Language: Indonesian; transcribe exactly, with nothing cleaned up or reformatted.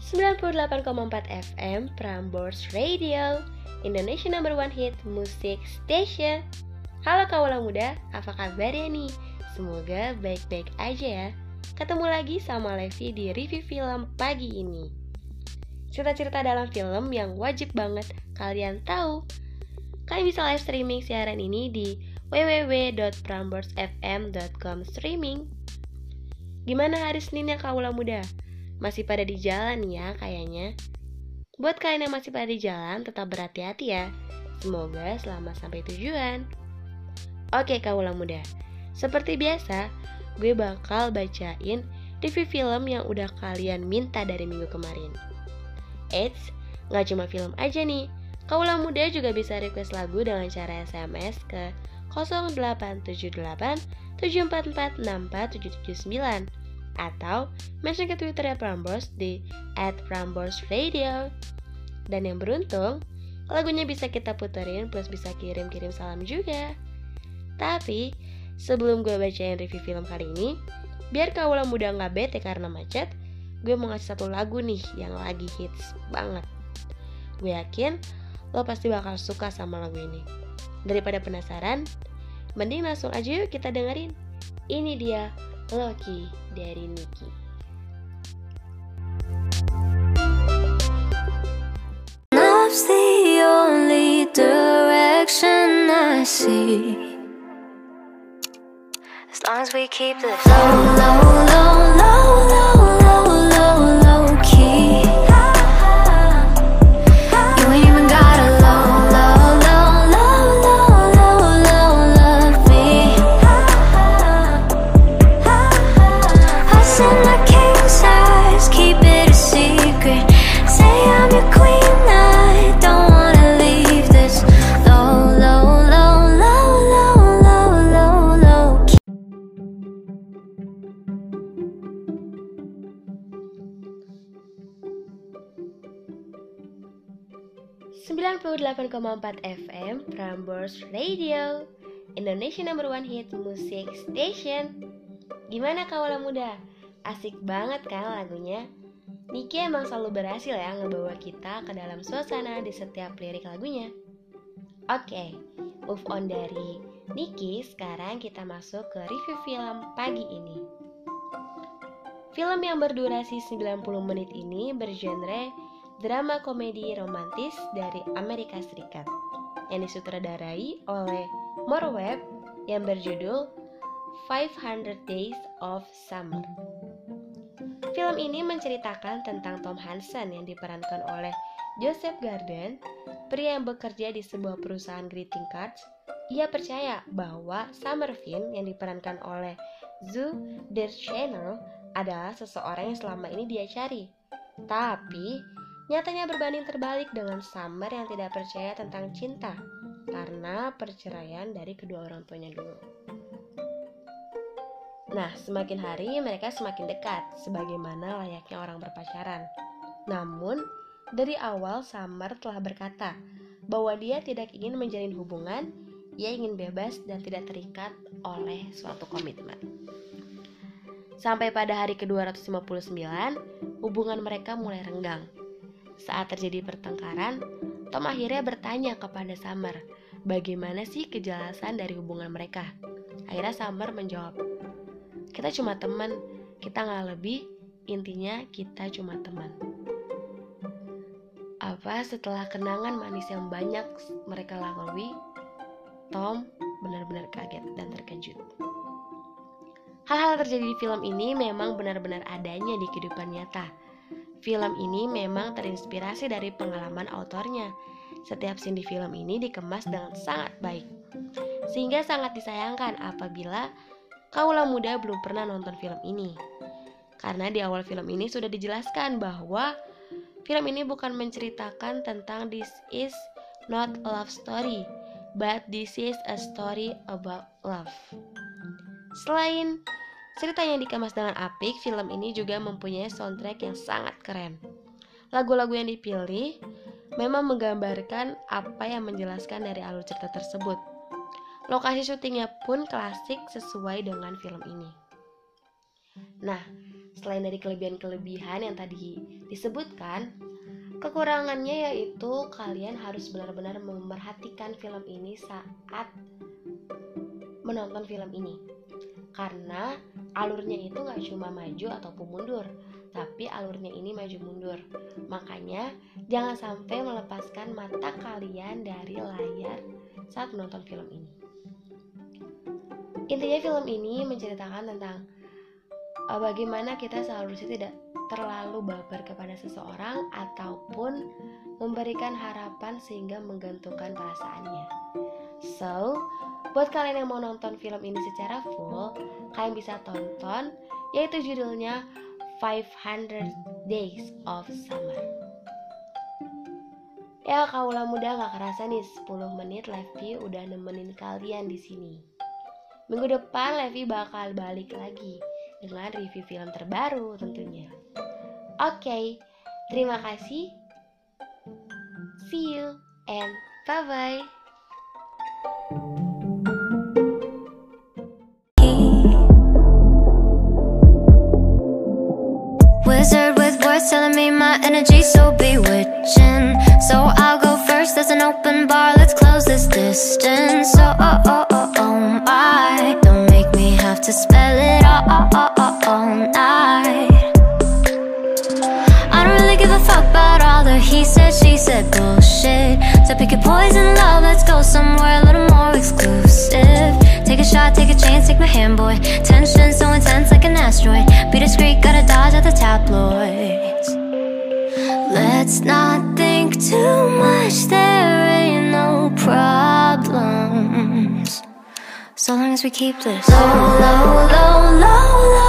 sembilan puluh delapan koma empat F M Prambors Radio, Indonesia number one hit music station. Halo kaula muda, apa kabarnya nih? Semoga baik-baik aja ya. Ketemu lagi sama Levi di review film pagi ini. Cerita-cerita dalam film yang wajib banget kalian tahu. Kalian bisa live streaming siaran ini di w w w dot prambors f m dot com streaming. Gimana hari Seninnya kaula muda? Masih pada di jalan ya kayaknya. Buat kalian yang masih pada di jalan, tetap berhati-hati ya. Semoga selamat sampai tujuan. Oke kaula muda, seperti biasa, gue bakal bacain review film yang udah kalian minta dari minggu kemarin. Eits, gak cuma film aja nih. Kaula muda juga bisa request lagu dengan cara S M S ke nol delapan tujuh delapan tujuh empat empat enam empat tujuh tujuh sembilan atau mention ke Twitternya Prambors di at prambors radio. Dan yang beruntung, lagunya bisa kita puterin plus bisa kirim-kirim salam juga. Tapi sebelum gue bacain review film kali ini, biar kaula muda gak bete karena macet, gue mau ngasih satu lagu nih yang lagi hits banget. Gue yakin lo pasti bakal suka sama lagu ini. Daripada penasaran, mending langsung aja yuk kita dengerin. Ini dia Loki dari Nicky. Love's the only direction I see. As long as we keep it low, low, low, low, low, low, low, low key. You ain't even gotta low, low, low, low, low, low, low, love me. I said my king size, keep it a secret. Say I'm your queen, I don't wanna leave this low, low, low, low, low, low, low, low key. sembilan puluh delapan koma empat F M Prambors Radio, Indonesia number one hit music station. Gimana kaula muda? Asik banget kan lagunya? Nicky emang selalu berhasil ya ngebawa kita ke dalam suasana di setiap lirik lagunya. Oke, move on dari Nicky, sekarang kita masuk ke review film pagi ini. Film yang berdurasi sembilan puluh menit ini bergenre drama komedi romantis dari Amerika Serikat yang disutradarai oleh More Webb yang berjudul five hundred Days of Summer. Film ini menceritakan tentang Tom Hansen yang diperankan oleh Joseph Garden, pria yang bekerja di sebuah perusahaan greeting cards. Ia percaya bahwa Summer Finn yang diperankan oleh Zoe Deschanel adalah seseorang yang selama ini dia cari. Tapi nyatanya berbanding terbalik dengan Summer yang tidak percaya tentang cinta karena perceraian dari kedua orang tuanya dulu. Nah, semakin hari mereka semakin dekat sebagaimana layaknya orang berpacaran. Namun, dari awal Summer telah berkata bahwa dia tidak ingin menjalin hubungan, ia ingin bebas dan tidak terikat oleh suatu komitmen. Sampai pada hari ke dua ratus lima puluh sembilan, hubungan mereka mulai renggang. Saat terjadi pertengkaran, Tom akhirnya bertanya kepada Summer, bagaimana sih kejelasan dari hubungan mereka? Akhirnya Summer menjawab, kita cuma teman, kita gak lebih, intinya kita cuma teman. Apa setelah kenangan manis yang banyak mereka lalui, Tom benar-benar kaget dan terkejut. Hal-hal terjadi di film ini memang benar-benar adanya di kehidupan nyata. Film ini memang terinspirasi dari pengalaman autornya. Setiap scene di film ini dikemas dengan sangat baik, sehingga sangat disayangkan apabila kaula muda belum pernah nonton film ini. Karena di awal film ini sudah dijelaskan bahwa film ini bukan menceritakan tentang this is not a love story, but this is a story about love. Selain cerita yang dikemas dengan apik, film ini juga mempunyai soundtrack yang sangat keren. Lagu-lagu yang dipilih memang menggambarkan apa yang menjelaskan dari alur cerita tersebut. Lokasi syutingnya pun klasik sesuai dengan film ini. Nah, Selain dari kelebihan-kelebihan yang tadi disebutkan, kekurangannya yaitu kalian harus benar-benar memerhatikan film ini saat menonton film ini. Karena alurnya itu gak cuma maju ataupun mundur, tapi alurnya ini maju mundur. Makanya jangan sampai melepaskan mata kalian dari layar saat menonton film ini. Intinya film ini menceritakan tentang uh, bagaimana kita seharusnya tidak terlalu baper kepada seseorang ataupun memberikan harapan sehingga menggantungkan perasaannya. So, buat kalian yang mau nonton film ini secara full, kalian bisa tonton, yaitu judulnya five hundred Days of Summer. Ya, kaulah muda, gak kerasa nih sepuluh menit Levi udah nemenin kalian di sini. Minggu depan Levi bakal balik lagi dengan review film terbaru tentunya. Oke, okay, terima kasih. See you and bye-bye. Wizard with words telling me my energy so bewitching. So I'll go first, there's an open bar, let's close this distance. So oh oh oh oh my, don't make me have to spell it all, all, all, all, all night. I don't really give a fuck about all the he said, she said bullshit. So pick your poison, love, let's go somewhere a little more exclusive. Take a shot, take a chance, take my hand, boy. Tension so intense like an asteroid. Be discreet, gotta dodge at the tabloids. Let's not think too much, there ain't no problems, so long as we keep this low, low, low, low, low.